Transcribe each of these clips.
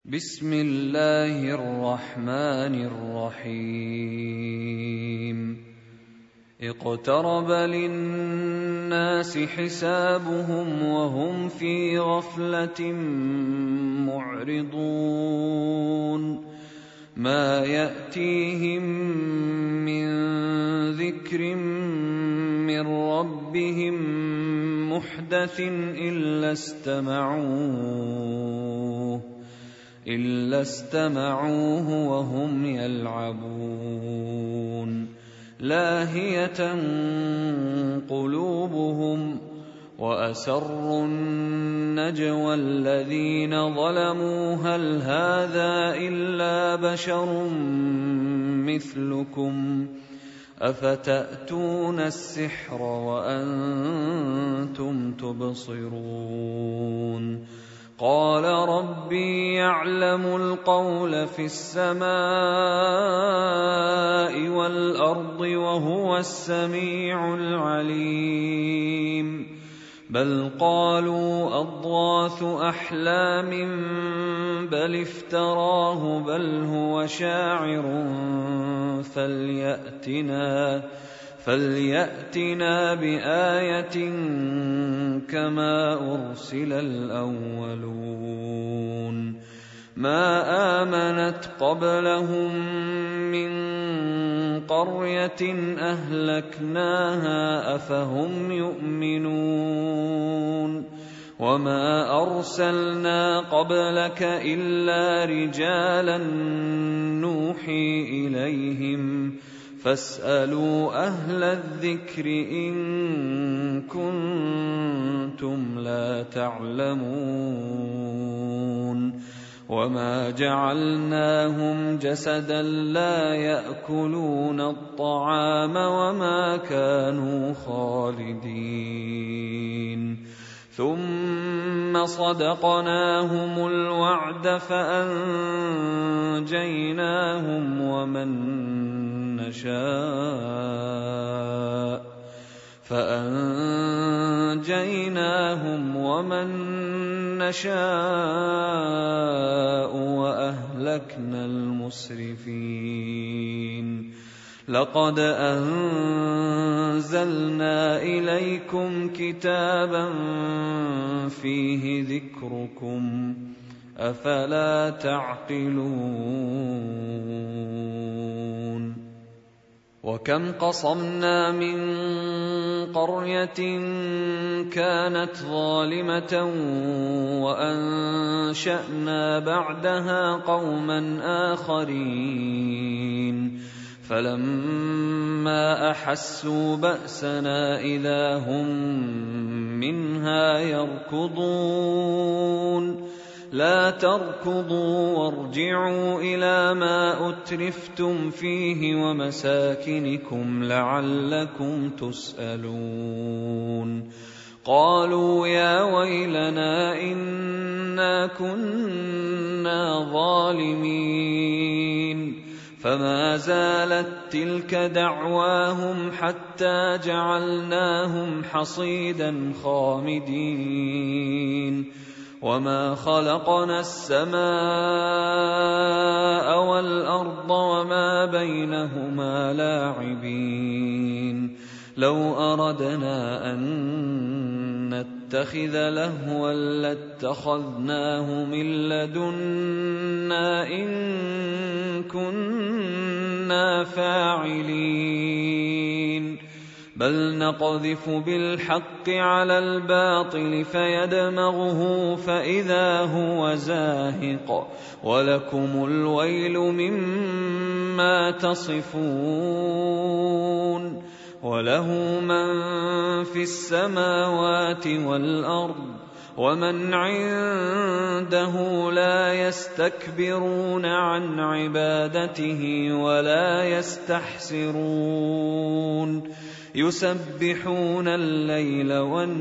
بسم الله الرحمن الرحيم اقترب للناس حسابهم وهم في غفلة معرضون ما يأتيهم من ذكر من ربهم محدث إلا استمعوه وهم يلعبون لاهية قلوبهم وأسروا النجوى الذين ظلموا هل هذا إلا بشر مثلكم أفتأتون السحر وأنتم تبصرون قال ربي يعلم القول في السماء والأرض وهو السميع العليم بل قالوا أضغاث أحلام بل افتراه بل هو شاعر فليأتنا بآية كما أرسل الأولون ما آمنت قبلهم من قرية أهلكناها أفهم يؤمنون وما أرسلنا قبلك إلا رجالا نوحي إليهم فاسألوا أهل الذكر إن كنتم لا تعلمون وما جعلناهم جسدا لا يأكلون الطعام وما كانوا خالدين ثم صدقناهم الوعد فأنجيناهم ومن نشاء وأهلكنا المسرفين لقد أنزلنا إليكم كتابا فيه ذكركم أفلا تعقلون وكم قصمنا من قرية كانت ظالمة وأنشأنا بعدها قوما آخرين فلما أحسوا بأسنا إذا هم منها يركضون لا تركضوا وارجعوا إلى ما أترفتم فيه ومساكنكم لعلكم تسألون قالوا يا ويلنا إنا كنا ظالمين فما زالت تلك دعواهم حتى جعلناهم حصيدا خامدين وما خلقنا السماء والأرض وما بينهما لاعبين لو أردنا أن نتخذ لهوا لاتخذناه من لدنا إن كنا فاعلين بل نقذف بالحق على الباطل فيدمغه فإذا هو زاهق ولكم الويل مما تصفون وله من في السماوات والأرض ومن عنده لا يستكبرون عن عبادته ولا يستحسرون يسبحون الليل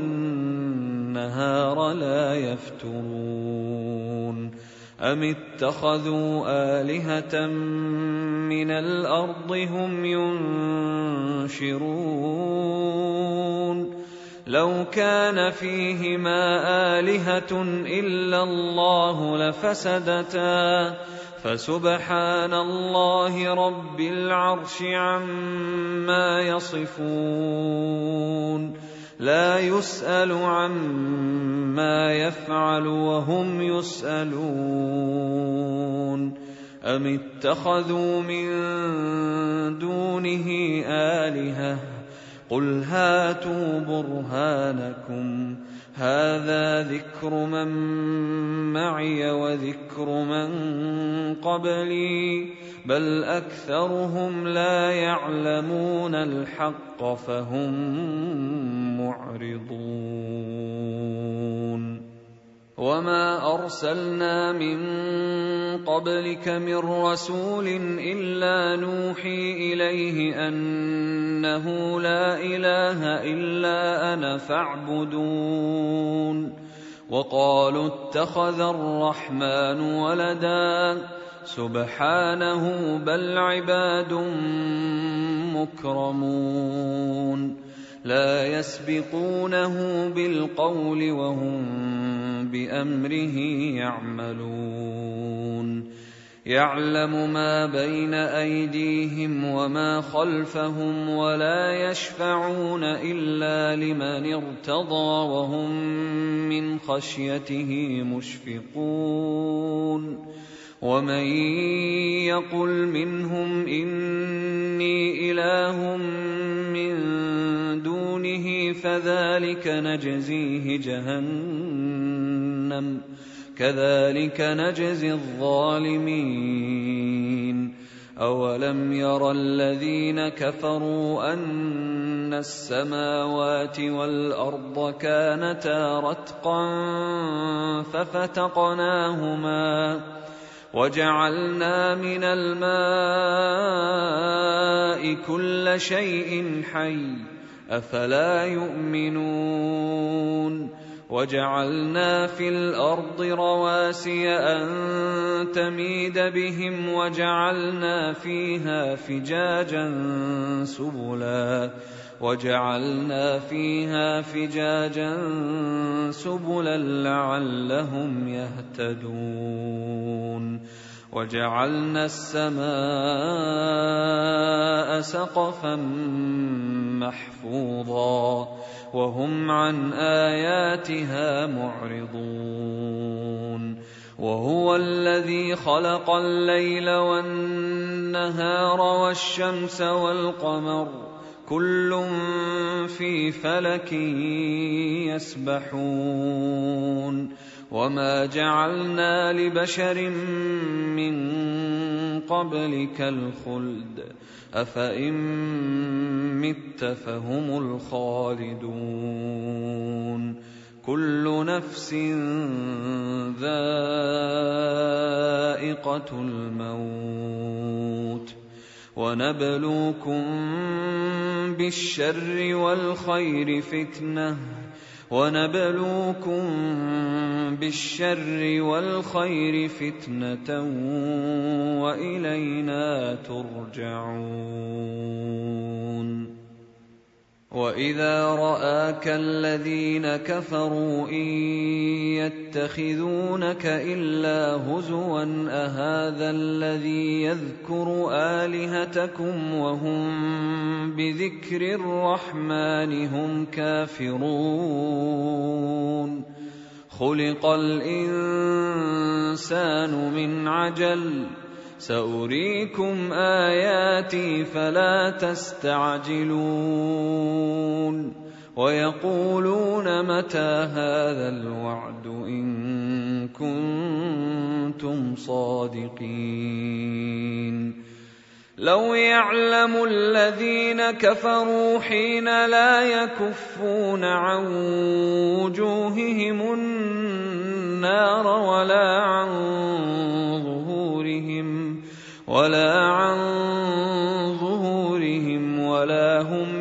والنهار لا يفترون أم اتخذوا آلهة من الأرض هم ينشرون لو كان فيهما آلهة إلا الله لفسدتا فسبحان الله رب العرش عما يصفون لا يسأل عما يفعل وهم يسألون أم اتخذوا من دونه آلهة قل هاتوا برهانكم هذا ذكر من معي وذكر من قبلي بل أكثرهم لا يعلمون الحق فهم معرضون وما أرسلنا من قبلك من رسول إلا نوحي إليه أنه لا إله إلا أنا فاعبدون وقالوا اتخذ الرحمن ولدا سبحانه بل عباد مكرمون لا يسبقونه بالقول وهم بأمره يعملون يعلم ما بين أيديهم وما خلفهم ولا يشفعون إلا لمن ارتضى وهم من خشيته مشفقون ومن يقل منهم إني إله من دونه فذلك نجزيه جهنم كذلك نجزي الظالمين أولم ير الذين كفروا أن السماوات والأرض كانتا رتقا ففتقناهما وجعلنا من الماء كل شيء حي أفلا يؤمنون وجعلنا في الأرض رواسي أن تميد بهم وجعلنا فيها فجاجا سبلا لعلهم يهتدون وجعلنا السماء سقفا محفوظا وهم عن آياتها معرضون وهو الذي خلق الليل والنهار والشمس والقمر كل في فلك يسبحون وما جعلنا لبشر من قبلك الخلد أفإن مت فهم الخالدون كل نفس ذائقة الموت ونبلوكم بالشر والخير فتنة وإلينا ترجعون وإذا رآك الذين كفروا إن يتخذونك إلا هزوا أهذا الذي يذكر آلهتكم وهم بذكر الرحمن هم كافرون خلق الإنسان من عجل سأريكم آياتي فلا تستعجلون ويقولون متى هذا الوعد إن كنتم صادقين لو يعلم الذين كفروا حين لا يكفون عن وجوههم النار ولا عن ظهورهم ولا هم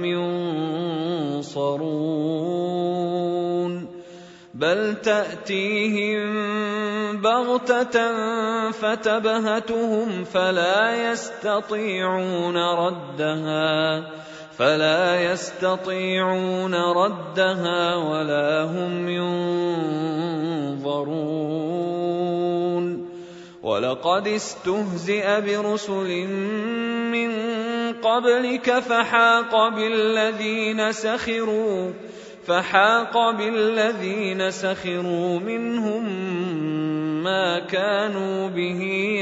ينصرون بل تأتيهم بغتة فتبهتهم فلا يستطيعون ردها فلا يستطيعون ردها ولا هم ينظرون ولقد استهزئ برسل من قبلك فحاق بالذين سخروا منهم ما كانوا به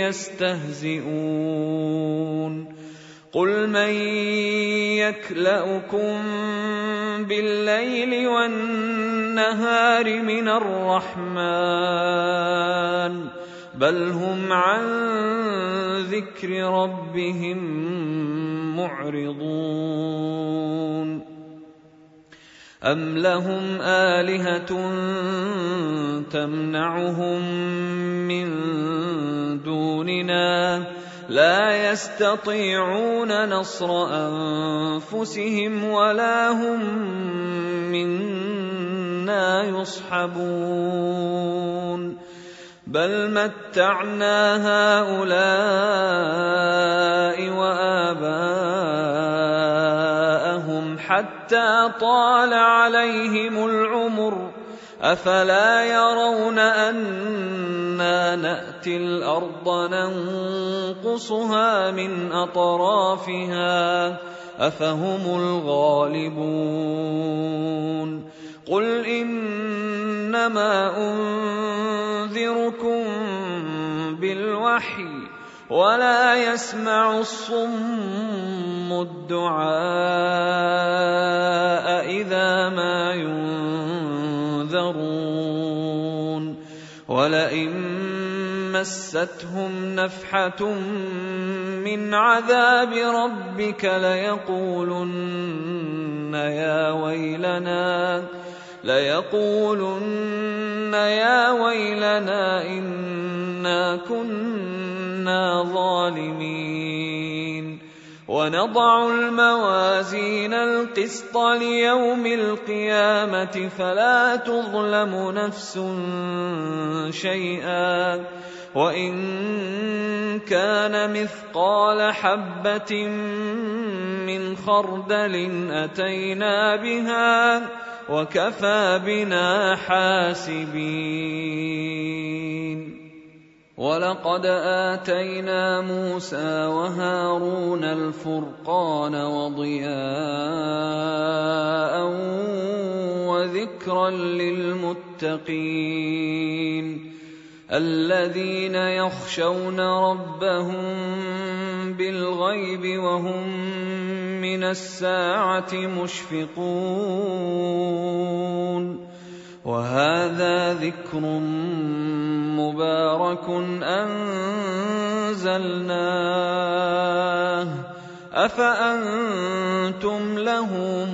يستهزئون قل من يكلؤكم بالليل والنهار من الرحمن بل هم عن ذكر ربهم معرضون أم لهم آلهة تمنعهم من دوننا لا يستطيعون نصر أنفسهم ولا هم منا يصحبون بل متعنا هؤلاء وآباءهم حتى طال عليهم العمر أفلا يرون أنا نأتي الأرض ننقصها من أطرافها أفهم الغالبون قل إنما أنذركم بالوحي ولا يسمع الصم الدعاء إذا ما ينذرون ولئن مستهم نفحة من عذاب ربك ليقولن يا ويلنا إنا كنا ظالمين ونضع الموازين القسط ليوم القيامة فلا تظلم نفس شيئا وإن كان مثقال حبة من خردل أتينا بها وكفى بنا حاسبين ولقد آتينا موسى وهارون الفرقان وضياء وذكرا للمتقين الذين يخشون ربهم بالغيب وهم من الساعة مشفقون وهذا ذكر مبارك أنزلناه أفأنتم له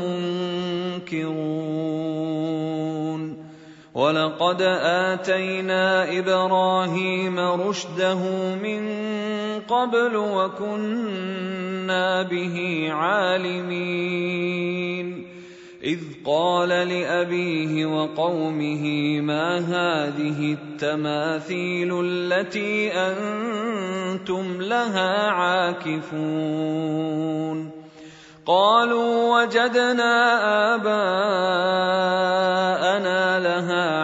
منكرون ولقد آتينا إبراهيم رشده من قبل وكنا به عالمين إذ قال لأبيه وقومه ما هذه التماثيل التي أنتم لها عاكفون قالوا وجدنا آباءنا لها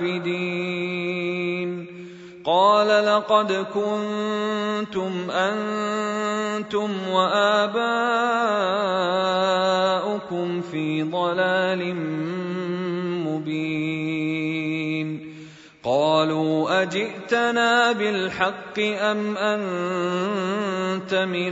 عابدين قال لقد كنتم أنتم وآباؤكم في ضلال مبين قالوا أجئتنا بالحق أم أنت من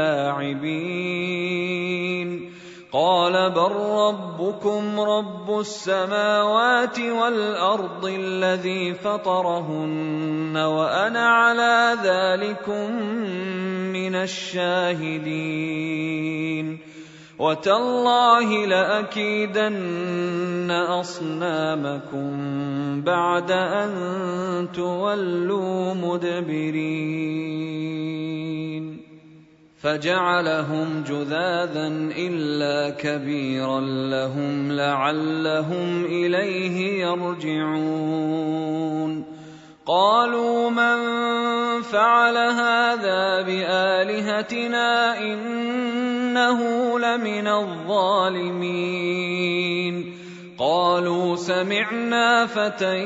اللاعبين قال بل ربكم رب السماوات والأرض الذي فطرهن وأنا على ذلكم من الشاهدين وتالله لأكيدن أصنامكم بعد أن تولوا مدبرين فجعلهم جذاذا إلا كبيرا لهم لعلهم إليه يرجعون قالوا من فعل هذا بآلهتنا إنه لمن الظالمين. قالوا سمعنا فتى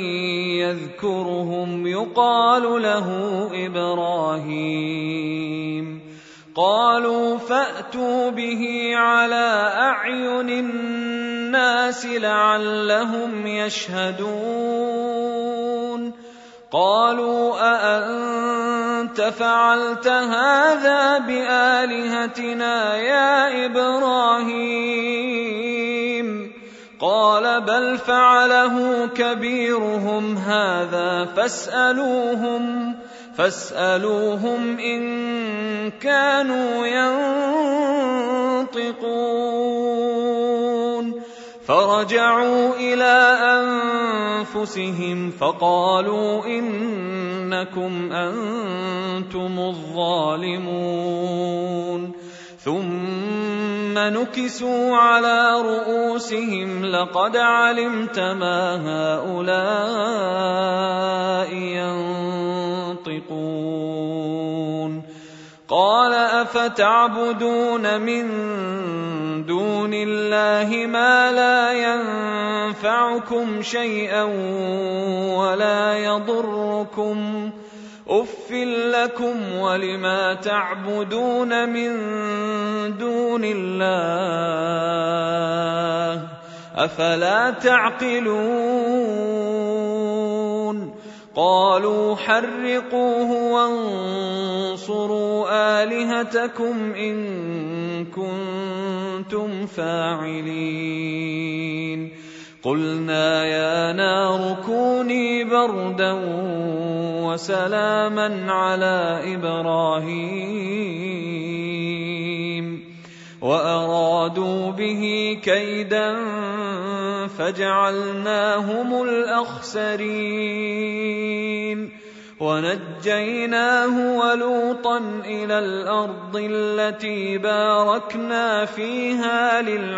يذكرهم يقال له إبراهيم. قالوا فأتوا به على أعين الناس لعلهم يشهدون. قالوا أأنت فعلت هذا بآلهتنا يا إبراهيم؟ قال بل فعله كبيرهم هذا فاسألوهم إن كانوا ينطقون. فرجعوا إلى أنفسهم فقالوا إنكم أنتم الظالمون. ثم نكسوا على رؤوسهم لقد علمت ما هؤلاء ينطقون. قال أفتعبدون من دون الله ما لا ينفعكم شيئا ولا يضركم أف لكم ولما تعبدون من دون الله أفلا تعقلون. قالوا حرقوه وانصروا آلهتكم إن كنتم فاعلين. قلنا يا نار كوني بردا وسلاما على إبراهيم وأرادوا به كيدا فجعلناهم الأخسرين. ونجيناه ولوطا إلى الأرض التي باركنا فيها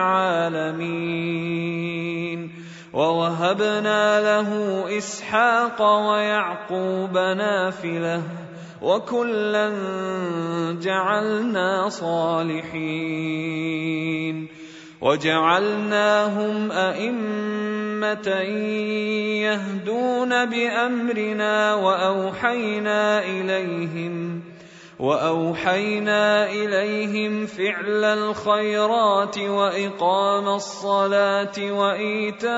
للعالمين. ووهبنا له إسحاق ويعقوب نافلة وكلا جعلنا صالحين. وجعلناهم أئمة يهدون بأمرنا وأوحينا إليهم فعل الخيرات وإقام الصلاة وإيتاء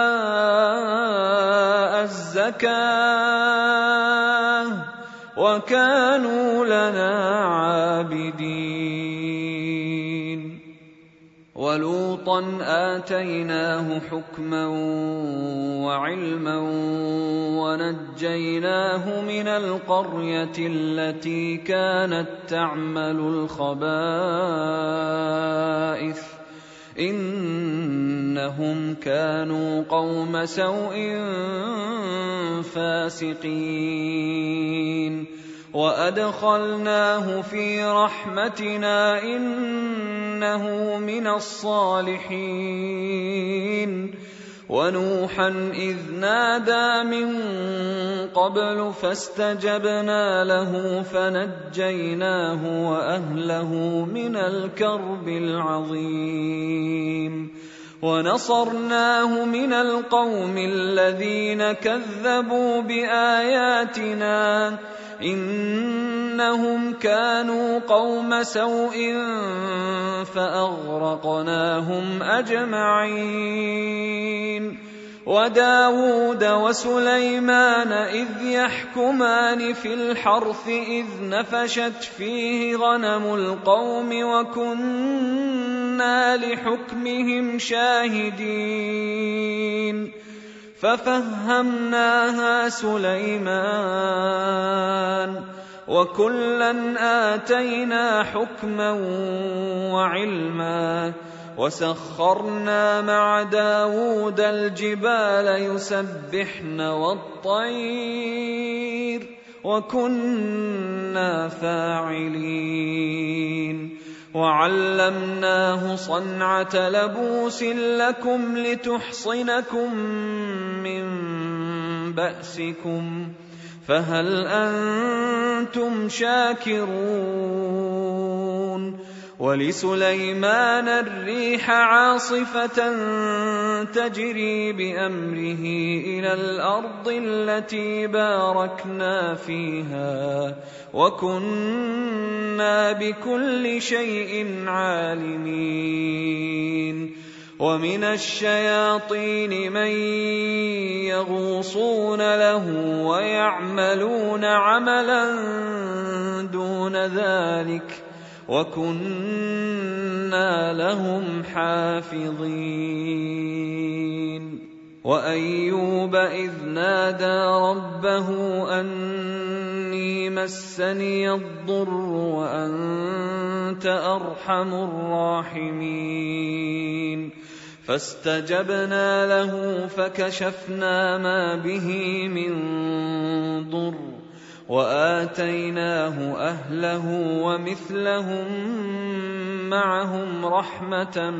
الزكاة وكانوا لنا عابدين. ولوطا آتيناه حكما وعلما ونجيناه من القرية التي كانت تعمل الخبائث إنهم كانوا قوم سوء فاسقين. وأدخلناه في رحمتنا إنه من الصالحين. ونوحا إذ نادى من قبل فاستجبنا له فنجيناه وأهله من الكرب العظيم. ونصرناه من القوم الذين كذبوا بآياتنا إنهم كانوا قوم سوء فأغرقناهم أجمعين. وداود وسليمان إذ يحكمان في الحرث إذ نفشت فيه غنم القوم وكنا لحكمهم شاهدين. ففهمناها سليمان وكلا آتينا حكما وعلما. وسخرنا مع داود الجبال يسبحن والطير وكنا فاعلين. وعلمناه صنعة لبوس لكم لتحصنكم من بأسكم فهل أنتم شاكرون. ولسليمان الريح عاصفة تجري بأمره إلى الأرض التي باركنا فيها وكنا بكل شيء عالمين ومن الشياطين من يغوصون له ويعملون عملا دون ذلك وكنا لهم حافظين وأيوب إذ نادى ربه أني مسني الضر وأنت أرحم الراحمين فاستجبنا له فكشفنا ما به من ضر وآتيناه أهله ومثلهم معهم رحمة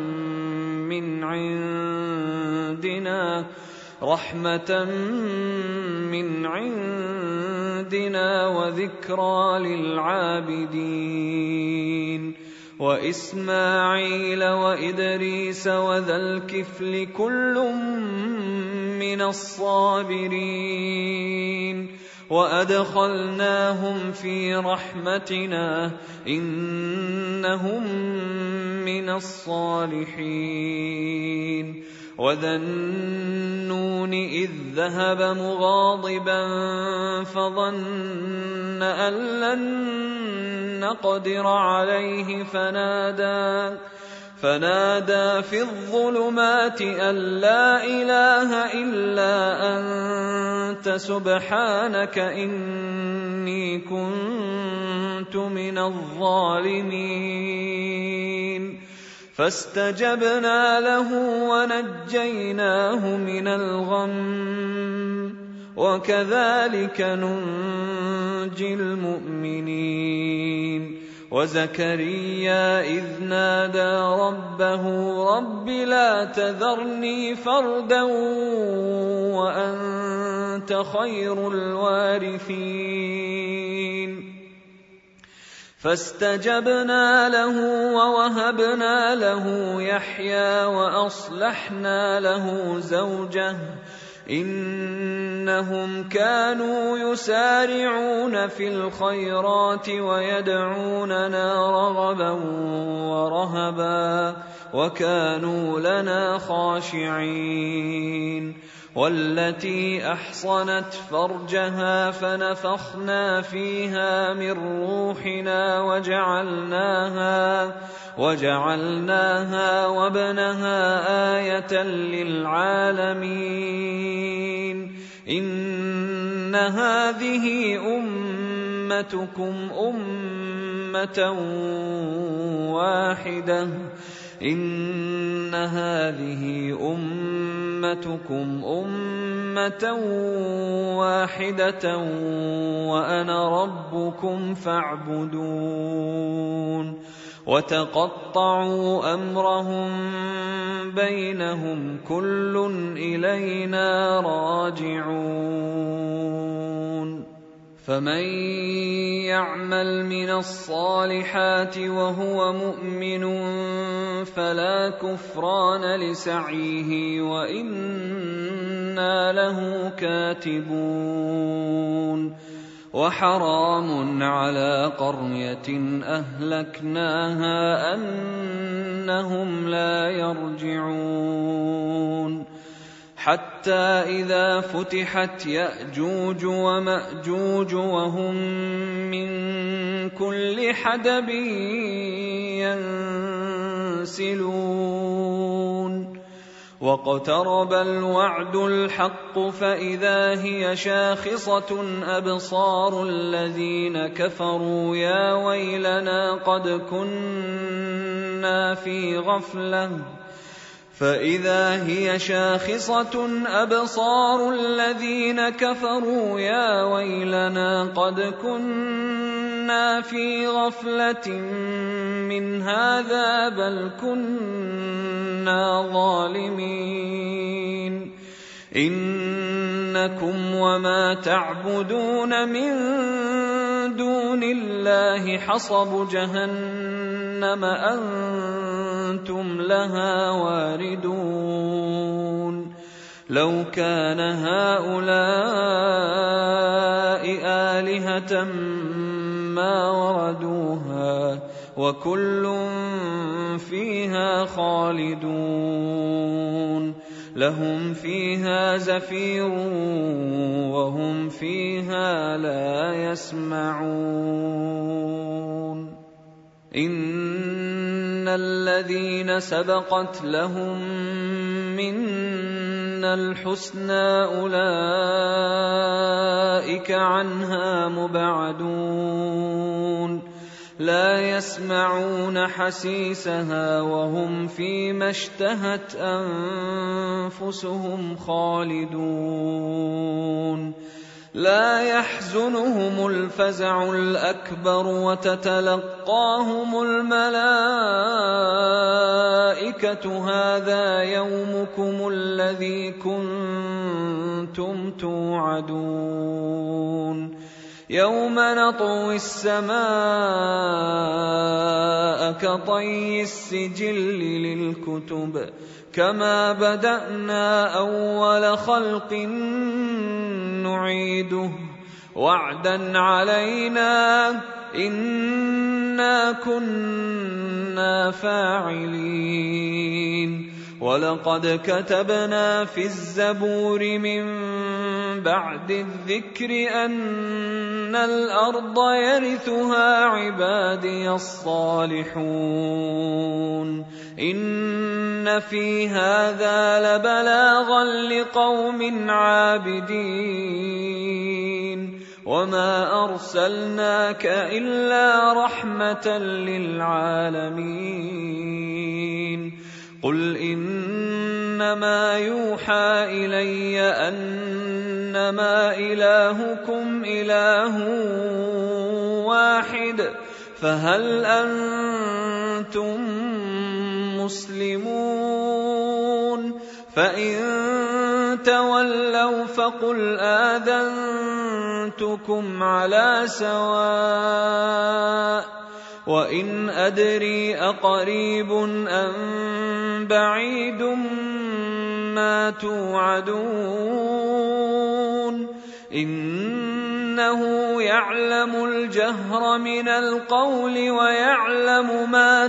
من عندنا وذكرى للعابدين وإسماعيل وإدريس وذا الكفل كل من الصابرين وأدخلناهم في رحمتنا إنهم من الصالحين وذا النون إذ ذهب مغاضبا فظن أن لن نقدر عليه فنادى في الظلمات أن لا إله إلا أنت سبحانك إني كنت من الظالمين فاستجبنا له ونجيناه من الغم وكذلك ننجي المؤمنين وزكريا إذ نادى ربه رب لا تذرني فردا وأنت خير الوارثين فاستجبنا له ووهبنا له يحيى وأصلحنا له زوجه إنهم كانوا يسارعون في الخيرات ويدعوننا رغبا ورهبا وكانوا لنا خاشعين والتي أحصنت فرجها فنفخنا فيها من روحنا وجعلناها وابنها آية للعالمين إن هذه أمتكم أمة واحدة وأنا ربكم فاعبدون وتقطعوا أمرهم بينهم كل إلينا راجعون فمن يعمل من الصالحات وهو مؤمن فلا كفران لسعيه وإنا له كاتبون وحرام على قرية أهلكناها أنهم لا يرجعون حتى إذا فتحت يأجوج ومأجوج وهم من كل حدب ينسلون واقترب الوعد الحق فإذا هي شاخصة أبصار الذين كفروا يا ويلنا قد كنا في غفلة فإذا هي شاخصة أبصار الذين كفروا يا ويلنا قد كنا في غفلة من هذا بل كنا ظالمين إنكم وما تعبدون من دون الله حصب جهنم جهنم أنتم لها واردون لو كان هؤلاء آلهة ما وردوها وكل فيها خالدون لهم فيها زفير وهم فيها لا يسمعون إن الذين سبقت لهم منا الحسنى أولئك عنها مبعدون لا يسمعون حسيسها وهم فيما اشتهت أنفسهم خالدون لا يحزنهم الفزع الأكبر وتتلقاهم الملائكة هذا يومكم الذي كنتم توعدون يوم نطوي السماء كطي السجل للكتب كما بدأنا أول خلق نعيده وعدا علينا إنا كنا فاعلين ولقد كتبنا في الزبور من بعد الذكر أن الأرض يرثها عبادي الصالحون إن في هذا لبلاغا لقوم عابدين وما أرسلناك إلا رحمة للعالمين قل إنما يوحى إلي أنما إلهكم إله واحد فهل أنتم مسلمون فإن تولوا فقل آذنتكم على سواء وإن أدري أقريب أم بعيد ما توعدون إنه يعلم الجهر من القول ويعلم ما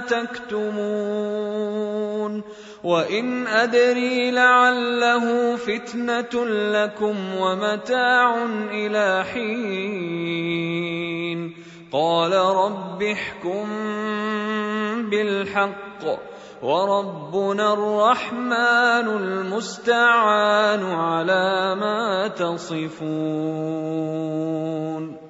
تكتمون وإن أدري لعله فتنة لكم ومتاع إلى حين قال رب احكم بالحق وربنا الرحمن المستعان على ما تصفون